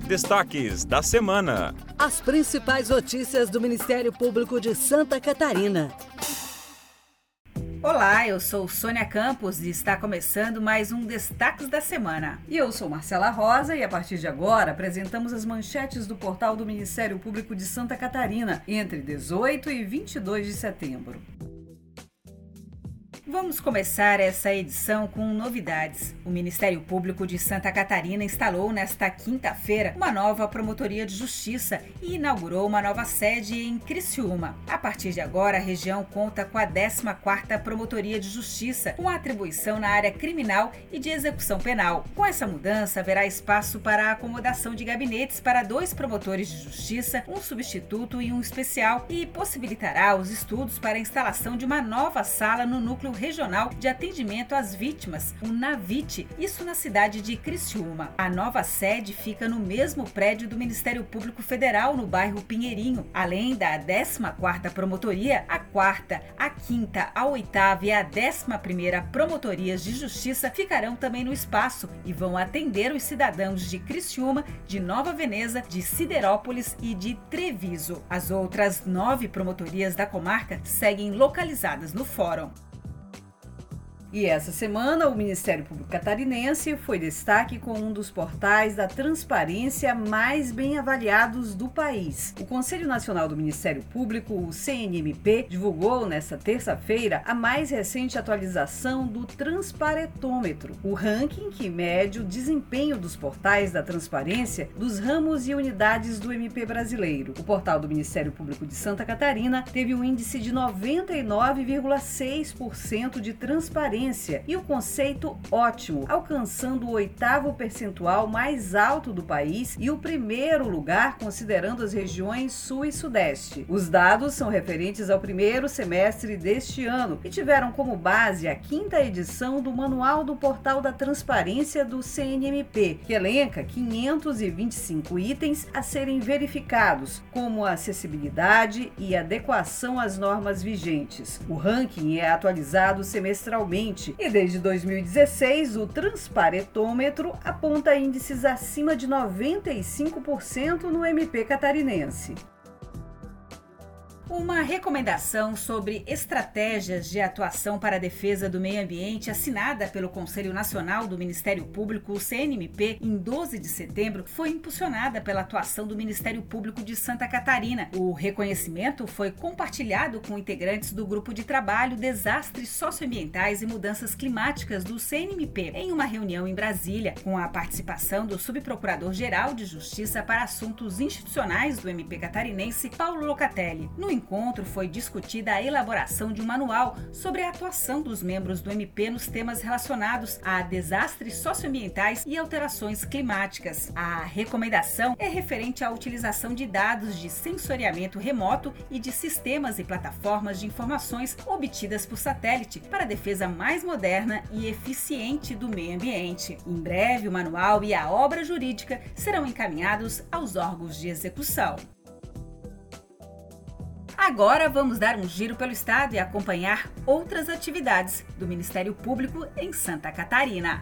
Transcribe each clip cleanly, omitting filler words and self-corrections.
Destaques da semana. As principais notícias do Ministério Público de Santa Catarina. Olá, eu sou Sônia Campos e está começando mais um Destaques da Semana. E eu sou Marcela Rosa e a partir de agora apresentamos as manchetes do portal do Ministério Público de Santa Catarina entre 18 e 22 de setembro. Vamos começar essa edição com novidades. O Ministério Público de Santa Catarina instalou nesta quinta-feira uma nova promotoria de justiça e inaugurou uma nova sede em Criciúma. A partir de agora, a região conta com a 14ª Promotoria de Justiça, com atribuição na área criminal e de execução penal. Com essa mudança, haverá espaço para a acomodação de gabinetes para 2 promotores de justiça, um substituto e um especial, e possibilitará os estudos para a instalação de uma nova sala no núcleo regional de atendimento às vítimas, o NAVIT, isso na cidade de Criciúma. A nova sede fica no mesmo prédio do Ministério Público Federal, no bairro Pinheirinho. Além da 14ª Promotoria, a 4ª, a 5ª, a 8ª e a 11ª Promotorias de Justiça ficarão também no espaço e vão atender os cidadãos de Criciúma, de Nova Veneza, de Siderópolis e de Treviso. As outras 9 promotorias da comarca seguem localizadas no Fórum. E essa semana, o Ministério Público Catarinense foi destaque com um dos portais da transparência mais bem avaliados do país. O Conselho Nacional do Ministério Público, o CNMP, divulgou nesta terça-feira a mais recente atualização do Transparetômetro, o ranking que mede o desempenho dos portais da transparência dos ramos e unidades do MP brasileiro. O portal do Ministério Público de Santa Catarina teve um índice de 99,6% de transparência e o conceito ótimo, alcançando o 8º percentual mais alto do país e o primeiro lugar considerando as regiões Sul e Sudeste. Os dados são referentes ao primeiro semestre deste ano e tiveram como base a 5ª edição do Manual do Portal da Transparência do CNMP, que elenca 525 itens a serem verificados, como a acessibilidade e adequação às normas vigentes. O ranking é atualizado semestralmente e desde 2016 o Transparetômetro aponta índices acima de 95% no MP catarinense. Uma recomendação sobre estratégias de atuação para a defesa do meio ambiente, assinada pelo Conselho Nacional do Ministério Público, o CNMP, em 12 de setembro, foi impulsionada pela atuação do Ministério Público de Santa Catarina. O reconhecimento foi compartilhado com integrantes do Grupo de Trabalho Desastres Socioambientais e Mudanças Climáticas do CNMP, em uma reunião em Brasília, com a participação do Subprocurador-Geral de Justiça para Assuntos Institucionais do MP catarinense, Paulo Locatelli. No encontro foi discutida a elaboração de um manual sobre a atuação dos membros do MP nos temas relacionados a desastres socioambientais e alterações climáticas. A recomendação é referente à utilização de dados de sensoriamento remoto e de sistemas e plataformas de informações obtidas por satélite para a defesa mais moderna e eficiente do meio ambiente. Em breve, o manual e a obra jurídica serão encaminhados aos órgãos de execução. Agora vamos dar um giro pelo estado e acompanhar outras atividades do Ministério Público em Santa Catarina.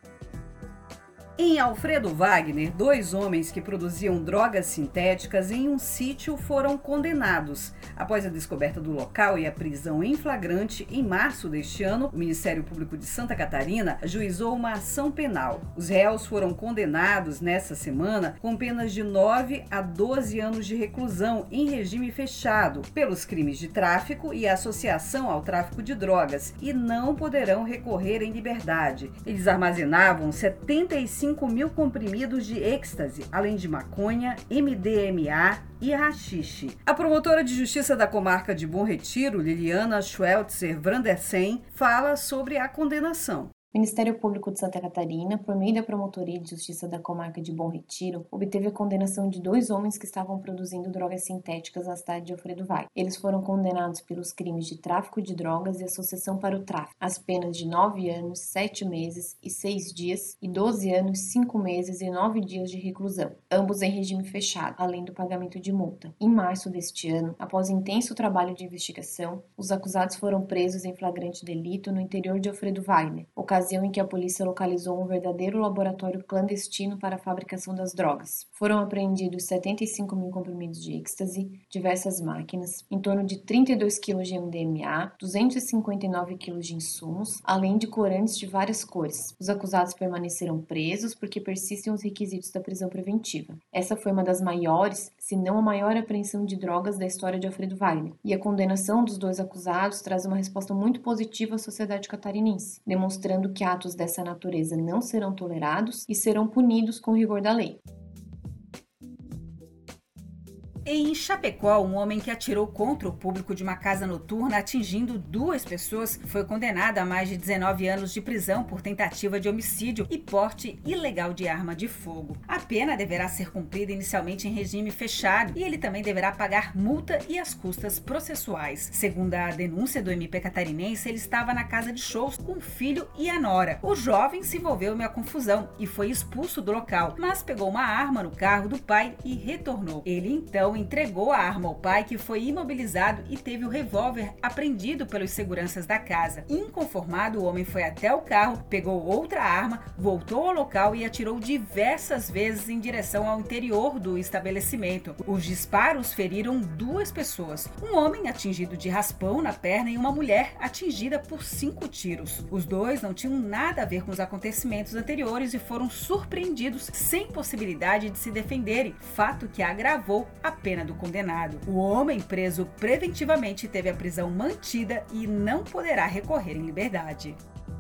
Em Alfredo Wagner, 2 homens que produziam drogas sintéticas em um sítio foram condenados. Após a descoberta do local e a prisão em flagrante, em março deste ano, o Ministério Público de Santa Catarina ajuizou uma ação penal. Os réus foram condenados nesta semana com penas de 9 a 12 anos de reclusão em regime fechado pelos crimes de tráfico e associação ao tráfico de drogas e não poderão recorrer em liberdade. Eles armazenavam 75 mil comprimidos de êxtase, além de maconha, MDMA e haxixe. A promotora de justiça da comarca de Bom Retiro, Liliana Schweltzer Brandersen, fala sobre a condenação. O Ministério Público de Santa Catarina, por meio da Promotoria de Justiça da Comarca de Bom Retiro, obteve a condenação de 2 homens que estavam produzindo drogas sintéticas na cidade de Alfredo Wagner. Eles foram condenados pelos crimes de tráfico de drogas e associação para o tráfico. As penas de 9 anos, 7 meses e 6 dias e 12 anos, 5 meses e 9 dias de reclusão, ambos em regime fechado, além do pagamento de multa. Em março deste ano, após intenso trabalho de investigação, os acusados foram presos em flagrante delito no interior de Alfredo Wagner, ocasião ocasião em que a polícia localizou um verdadeiro laboratório clandestino para a fabricação das drogas. Foram apreendidos 75 mil comprimidos de êxtase, diversas máquinas, em torno de 32 kg de MDMA, 259 kg de insumos, além de corantes de várias cores. Os acusados permaneceram presos porque persistem os requisitos da prisão preventiva. Essa foi uma das maiores, se não a maior apreensão de drogas da história de Alfredo Wagner. E a condenação dos dois acusados traz uma resposta muito positiva à sociedade catarinense, demonstrando que atos dessa natureza não serão tolerados e serão punidos com rigor da lei. Em Chapecó, um homem que atirou contra o público de uma casa noturna, atingindo 2 pessoas, foi condenado a mais de 19 anos de prisão por tentativa de homicídio e porte ilegal de arma de fogo. A pena deverá ser cumprida inicialmente em regime fechado e ele também deverá pagar multa e as custas processuais. Segundo a denúncia do MP catarinense, ele estava na casa de shows com o filho e a nora. O jovem se envolveu em uma confusão e foi expulso do local, mas pegou uma arma no carro do pai e retornou. Ele então entregou a arma ao pai, que foi imobilizado e teve o revólver apreendido pelos seguranças da casa. Inconformado, o homem foi até o carro, pegou outra arma, voltou ao local e atirou diversas vezes em direção ao interior do estabelecimento. Os disparos feriram 2 pessoas, um homem atingido de raspão na perna e uma mulher atingida por 5 tiros. Os dois não tinham nada a ver com os acontecimentos anteriores e foram surpreendidos sem possibilidade de se defenderem, fato que agravou a pena do condenado. O homem preso preventivamente teve a prisão mantida e não poderá recorrer em liberdade.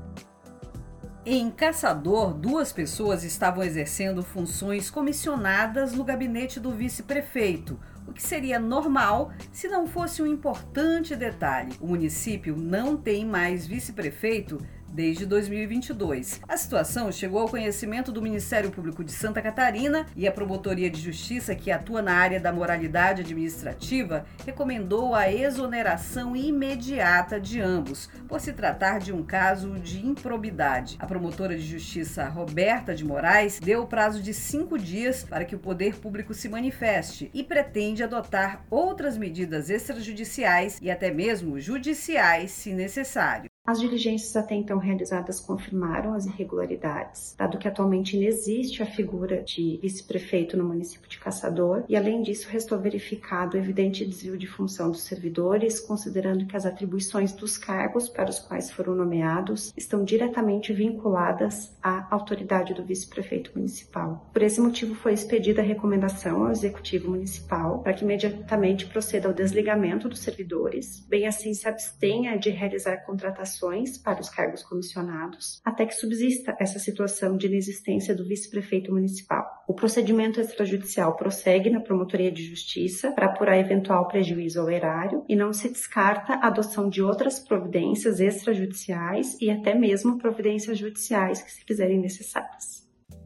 Em Caçador, 2 pessoas estavam exercendo funções comissionadas no gabinete do vice-prefeito, o que seria normal se não fosse um importante detalhe. O município não tem mais vice-prefeito desde 2022. A situação chegou ao conhecimento do Ministério Público de Santa Catarina e a Promotoria de Justiça, que atua na área da moralidade administrativa, recomendou a exoneração imediata de ambos, por se tratar de um caso de improbidade. A promotora de justiça Roberta de Moraes deu o prazo de 5 dias para que o poder público se manifeste e pretende adotar outras medidas extrajudiciais e até mesmo judiciais, se necessário. As diligências até então realizadas confirmaram as irregularidades, dado que atualmente não existe a figura de vice-prefeito no município de Caçador, e além disso restou verificado o evidente desvio de função dos servidores, considerando que as atribuições dos cargos para os quais foram nomeados estão diretamente vinculadas à autoridade do vice-prefeito municipal. Por esse motivo foi expedida a recomendação ao Executivo Municipal para que imediatamente proceda ao desligamento dos servidores, bem assim se abstenha de realizar contratações para os cargos comissionados, até que subsista essa situação de inexistência do vice-prefeito municipal. O procedimento extrajudicial prossegue na Promotoria de Justiça para apurar eventual prejuízo ao erário e não se descarta a adoção de outras providências extrajudiciais e até mesmo providências judiciais que se fizerem necessárias.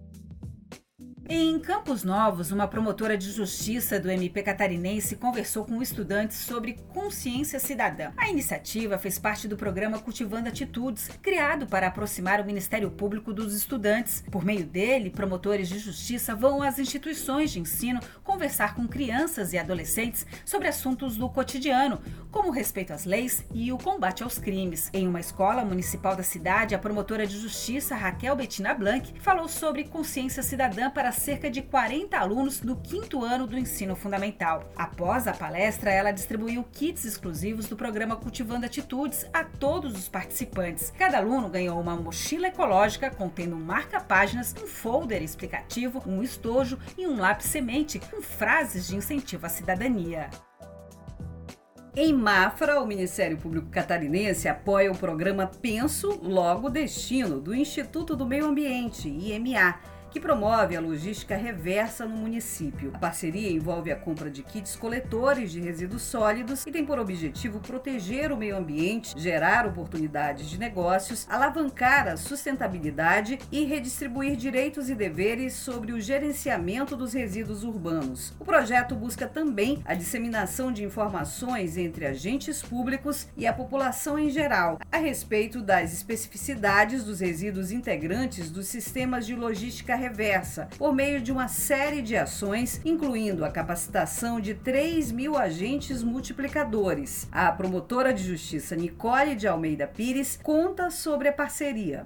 Em Campos Novos, uma promotora de justiça do MP catarinense conversou com estudantes sobre consciência cidadã. A iniciativa fez parte do programa Cultivando Atitudes, criado para aproximar o Ministério Público dos estudantes. Por meio dele, promotores de justiça vão às instituições de ensino conversar com crianças e adolescentes sobre assuntos do cotidiano, como o respeito às leis e o combate aos crimes. Em uma escola municipal da cidade, a promotora de justiça Raquel Bettina Blanc falou sobre consciência cidadã para cerca de 40 alunos do 5º ano do ensino fundamental. Após a palestra, ela distribuiu kits exclusivos do programa Cultivando Atitudes a todos os participantes. Cada aluno ganhou uma mochila ecológica contendo um marca-páginas, um folder explicativo, um estojo e um lápis semente com frases de incentivo à cidadania. Em Mafra, o Ministério Público Catarinense apoia o programa Penso, Logo Destino, do Instituto do Meio Ambiente, IMA, que promove a logística reversa no município. A parceria envolve a compra de kits coletores de resíduos sólidos e tem por objetivo proteger o meio ambiente, gerar oportunidades de negócios, alavancar a sustentabilidade e redistribuir direitos e deveres sobre o gerenciamento dos resíduos urbanos. O projeto busca também a disseminação de informações entre agentes públicos e a população em geral a respeito das especificidades dos resíduos integrantes dos sistemas de logística reversa, por meio de uma série de ações, incluindo a capacitação de 3.000 agentes multiplicadores. A promotora de justiça Nicole de Almeida Pires conta sobre a parceria.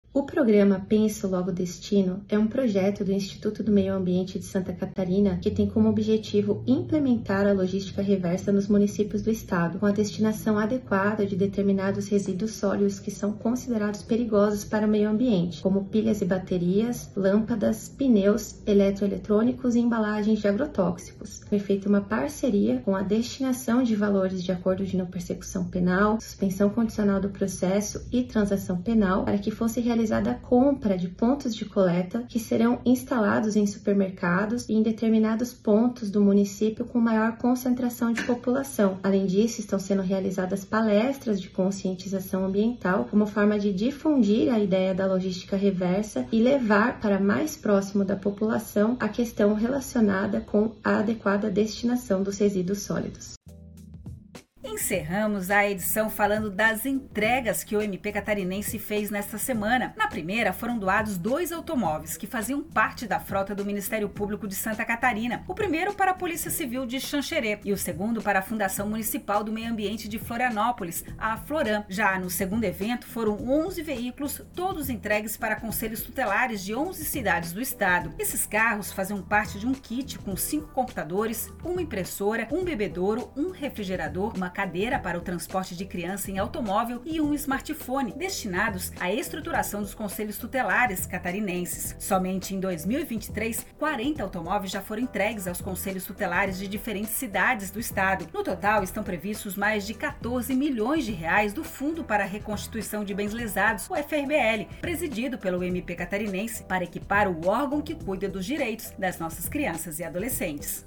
O programa Penso Logo Destino é um projeto do Instituto do Meio Ambiente de Santa Catarina que tem como objetivo implementar a logística reversa nos municípios do estado, com a destinação adequada de determinados resíduos sólidos que são considerados perigosos para o meio ambiente, como pilhas e baterias, lâmpadas, pneus, eletroeletrônicos e embalagens de agrotóxicos. Foi feita uma parceria com a destinação de valores de acordo de não persecução penal, suspensão condicional do processo e transação penal para que fosse realizada a compra de pontos de coleta que serão instalados em supermercados e em determinados pontos do município com maior concentração de população. Além disso, estão sendo realizadas palestras de conscientização ambiental como forma de difundir a ideia da logística reversa e levar para mais próximo da população a questão relacionada com a adequada destinação dos resíduos sólidos. Encerramos a edição falando das entregas que o MP catarinense fez nesta semana. Na primeira, foram doados 2 automóveis que faziam parte da frota do Ministério Público de Santa Catarina. O primeiro para a Polícia Civil de Xanxerê e o segundo para a Fundação Municipal do Meio Ambiente de Florianópolis, a Floram. Já no segundo evento, foram 11 veículos, todos entregues para conselhos tutelares de 11 cidades do estado. Esses carros faziam parte de um kit com 5 computadores, uma impressora, um bebedouro, um refrigerador, uma cadeira para o transporte de criança em automóvel e um smartphone, destinados à estruturação dos conselhos tutelares catarinenses. Somente em 2023, 40 automóveis já foram entregues aos conselhos tutelares de diferentes cidades do estado. No total, estão previstos mais de 14 milhões de reais do Fundo para a Reconstituição de Bens Lesados, o FRBL, presidido pelo MP catarinense, para equipar o órgão que cuida dos direitos das nossas crianças e adolescentes.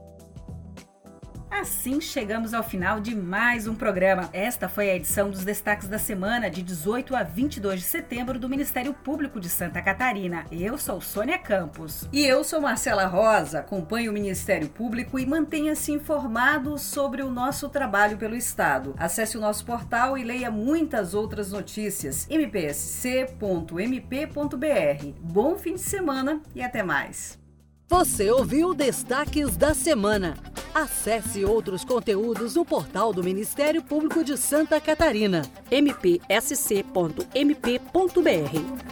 Assim chegamos ao final de mais um programa. Esta foi a edição dos destaques da semana de 18 a 22 de setembro do Ministério Público de Santa Catarina. Eu sou Sônia Campos. E eu sou Marcela Rosa. Acompanhe o Ministério Público e mantenha-se informado sobre o nosso trabalho pelo Estado. Acesse o nosso portal e leia muitas outras notícias. mpsc.mp.br. Bom fim de semana e até mais. Você ouviu Destaques da Semana. Acesse outros conteúdos no portal do Ministério Público de Santa Catarina, mpsc.mp.br.